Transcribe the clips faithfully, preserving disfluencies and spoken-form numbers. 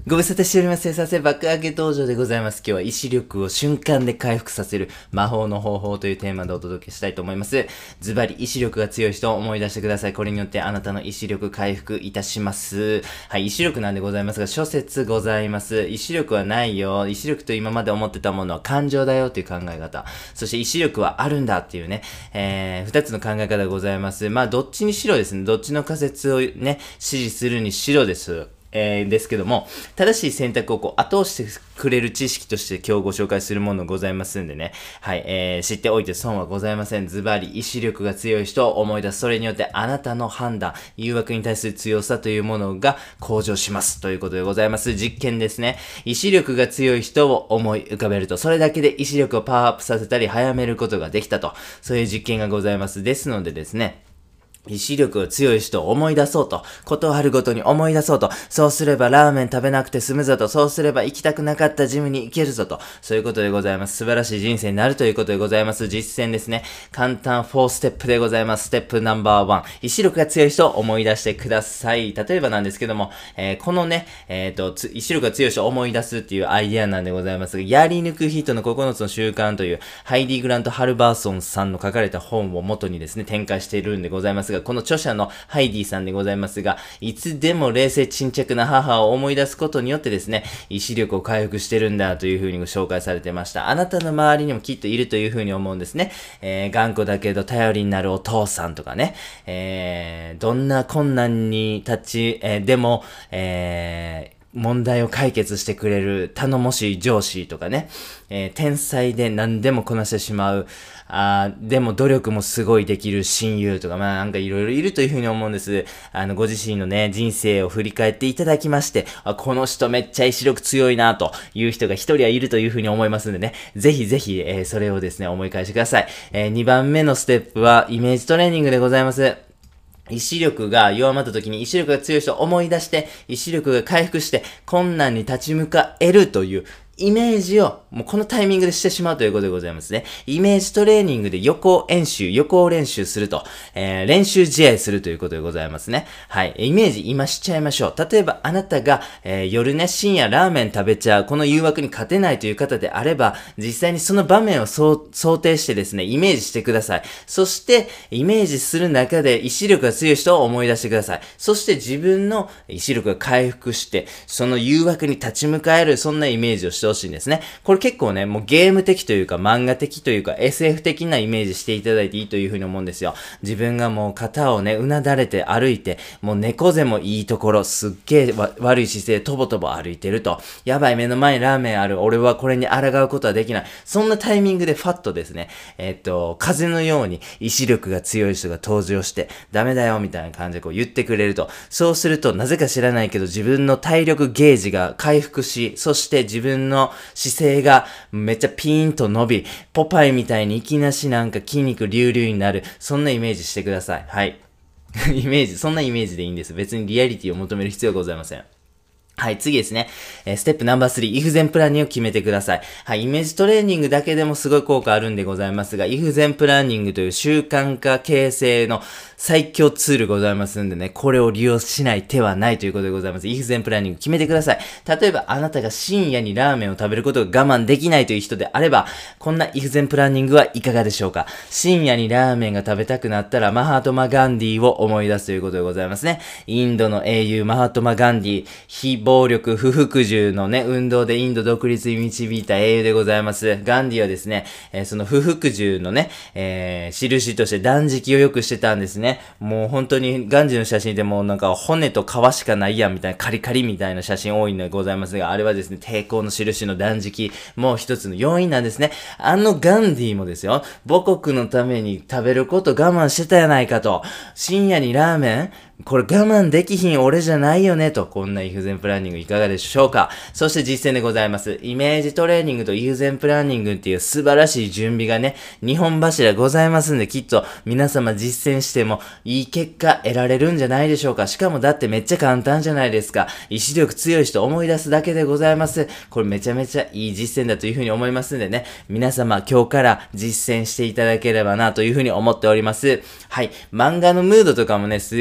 ご無沙汰しております。生産性爆上げ道場でございます。今日は意志力を瞬間で回復させる魔法の方法というテーマでお届けしたいと思います。ズバリ意志力が強い人を思い出してください。これによってあなたの意志力回復いたします。はい、意志力なんでございますが、諸説ございます。意志力はないよ。意志力と今まで思ってたものは感情だよという考え方。そして意志力はあるんだっていうね、えー、二つの考え方がございます。まあ、どっちにしろですね、どっちの仮説をね、支持するにしろです。えー、ですけども、正しい選択をこう後押してくれる知識として今日ご紹介するものございますんでね。はい、えー、知っておいて損はございません。ズバリ意志力が強い人を思い出す。それによってあなたの判断、誘惑に対する強さというものが向上します。ということでございます。実験ですね。意志力が強い人を思い浮かべると、それだけで意志力をパワーアップさせたり早めることができたと。そういう実験がございます。ですのでですね。意志力が強い人を思い出そうと。ことあるごとに思い出そうと。そうすればラーメン食べなくて済むぞと。そうすれば行きたくなかったジムに行けるぞと。そういうことでございます。素晴らしい人生になるということでございます。実践ですね。簡単よんステップでございます。ステップナンバーワン。意志力が強い人を思い出してください。例えばなんですけども、えー、このね、えっと、意志力が強い人を思い出すっていうアイデアなんでございますが、やり抜く人のここのつの習慣というハイディ・グラント・ハルバーソンさんの書かれた本を元にですね、展開しているんでございますが、この著者のハイディさんでございますが、いつでも冷静沈着な母を思い出すことによってですね、意志力を回復してるんだという風にご紹介されてました。あなたの周りにもきっといるという風に思うんですね。えー、頑固だけど頼りになるお父さんとかね、えー、どんな困難に立ち、えー、でも、えー、問題を解決してくれる頼もしい上司とかね、えー、天才で何でもこなしてしまう、あでも努力もすごいできる親友とか、まあなんかいろいろいるというふうに思うんです。あの、ご自身のね、人生を振り返っていただきまして、あ、この人めっちゃ意志力強いなという人が一人はいるというふうに思いますんでね、ぜひぜひ、えー、それをですね、思い返してください。えー、にばんめのステップは、イメージトレーニングでございます。意志力が弱まった時に意志力が強い人を思い出して、意志力が回復して、困難に立ち向かえるという、イメージを、もうこのタイミングでしてしまうということでございますね。イメージトレーニングで予行演習、予行練習すると、えー、練習試合するということでございますね。はい。イメージ今しちゃいましょう。例えばあなたが、えー、夜ね、深夜ラーメン食べちゃう、この誘惑に勝てないという方であれば、実際にその場面を想定してですね、イメージしてください。そして、イメージする中で意志力が強い人を思い出してください。そして自分の意志力が回復して、その誘惑に立ち向かえる、そんなイメージをしてほしいんですね。これ結構ね、もうゲーム的というか漫画的というか エスエフ 的なイメージしていただいていいというふうに思うんですよ。自分がもう肩をね、うなだれて歩いて、もう猫背もいいところ、すっげえ悪い姿勢、とぼとぼ歩いてると。やばい、目の前にラーメンある。俺はこれに抗うことはできない。そんなタイミングでファッとですね、えっと、風のように意志力が強い人が登場して、ダメだよみたいな感じでこう言ってくれると。そうすると、なぜか知らないけど自分の体力ゲージが回復し、そして自分の姿勢がめっちゃピーンと伸び、ポパイみたいにいきなしなんか筋肉隆々になる。そんなイメージしてください。はい。イメージ、そんなイメージでいいんです。別にリアリティを求める必要はございません。はい、次ですね。えー、ステップナンバースリー、イフゼンプランニングを決めてください。はい、イメージトレーニングだけでもすごい効果あるんでございますが、イフゼンプランニングという習慣化形成の最強ツールございますんでね、これを利用しない手はないということでございます。イフゼンプランニング決めてください。例えば、あなたが深夜にラーメンを食べることが我慢できないという人であれば、こんなイフゼンプランニングはいかがでしょうか。深夜にラーメンが食べたくなったら、マハトマ・ガンディを思い出すということでございますね。インドの英雄、マハトマ・ガンディ、非暴力不服従のね、運動でインド独立に導いた英雄でございます。ガンディはですね、えー、その不服従のね、えー、印として断食をよくしてたんですね。もう本当にガンジーの写真でもうなんか骨と皮しかないやんみたいなカリカリみたいな写真多いのでございますが、あれはですね、抵抗の印の断食もう一つの要因なんですね。あのガンディもですよ、母国のために食べること我慢してたやないかと。深夜にラーメンこれ我慢できひん俺じゃないよねと。こんなイフゼンプランニングいかがでしょうか。そして実践でございます。イメージトレーニングとイフゼンプランニングっていう素晴らしい準備がね、にほん柱ございますんで、きっと皆様実践してもいい結果得られるんじゃないでしょうか。しかもだってめっちゃ簡単じゃないですか。意志力強い人思い出すだけでございます。これめちゃめちゃいい実践だというふうに思いますんでね、皆様今日から実践していただければなというふうに思っております。はい。漫画のムードとかもね、すごいおすすめ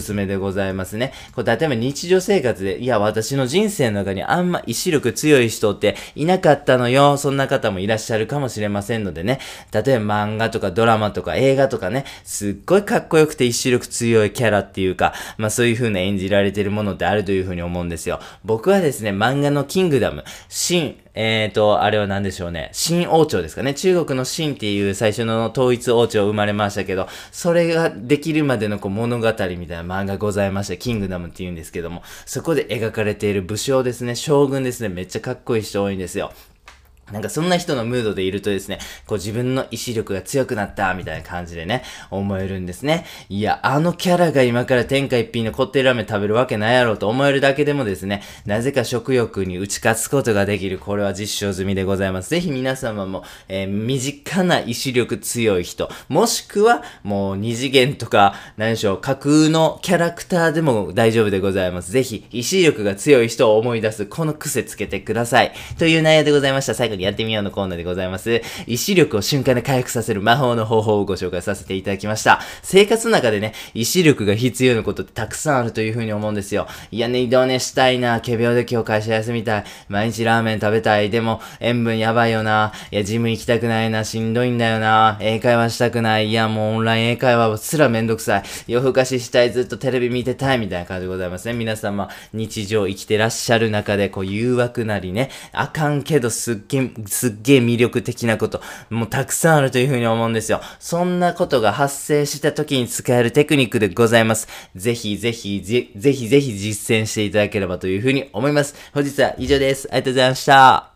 すめでございますね。こう例えば日常生活で、いや、私の人生の中にあんま意志力強い人っていなかったのよ。そんな方もいらっしゃるかもしれませんのでね。例えば漫画とかドラマとか映画とかね、すっごいかっこよくて意志力強いキャラっていうか、まあそういう風な演じられてるものってあるという風に思うんですよ。僕はですね、漫画のキングダム、新、えーと、あれは何でしょうね。新王朝ですかね。中国の新っていう最初の統一王朝生まれましたけど、それができるまでのこう物語みたいな漫画ございまして、キングダムって言うんですけども、そこで描かれている武将ですね、将軍ですね、めっちゃかっこいい人多いんですよ。なんかそんな人のムードでいるとですね、こう自分の意志力が強くなった、みたいな感じでね、思えるんですね。いや、あのキャラが今から天下一品のこってりラーメン食べるわけないやろうと思えるだけでもですね、なぜか食欲に打ち勝つことができる、これは実証済みでございます。ぜひ皆様も、えー、身近な意志力強い人、もしくはもう二次元とか、何でしょう、架空のキャラクターでも大丈夫でございます。ぜひ、意志力が強い人を思い出す、この癖つけてください。という内容でございました。最後にやってみようのコーナーでございます。意志力を瞬間で回復させる魔法の方法をご紹介させていただきました。生活の中でね、意志力が必要なことってたくさんあるというふうに思うんですよ。いやね、移動ねしたいな、仮病で今日会社休みたい、毎日ラーメン食べたい、でも塩分やばいよな、いやジム行きたくないな、しんどいんだよな、英会話したくない、いやもうオンライン英会話すらめんどくさい、夜更かししたい、ずっとテレビ見てたいみたいな感じでございますね。皆様、日常生きてらっしゃる中で、こう誘惑なりね、あかんけどすっげえ、すっげえ魅力的なこと、もうたくさんあるというふうに思うんですよ。そんなことが発生した時に使えるテクニックでございます。ぜひぜひ、ぜ、ぜひぜひ実践していただければというふうに思います。本日は以上です。ありがとうございました。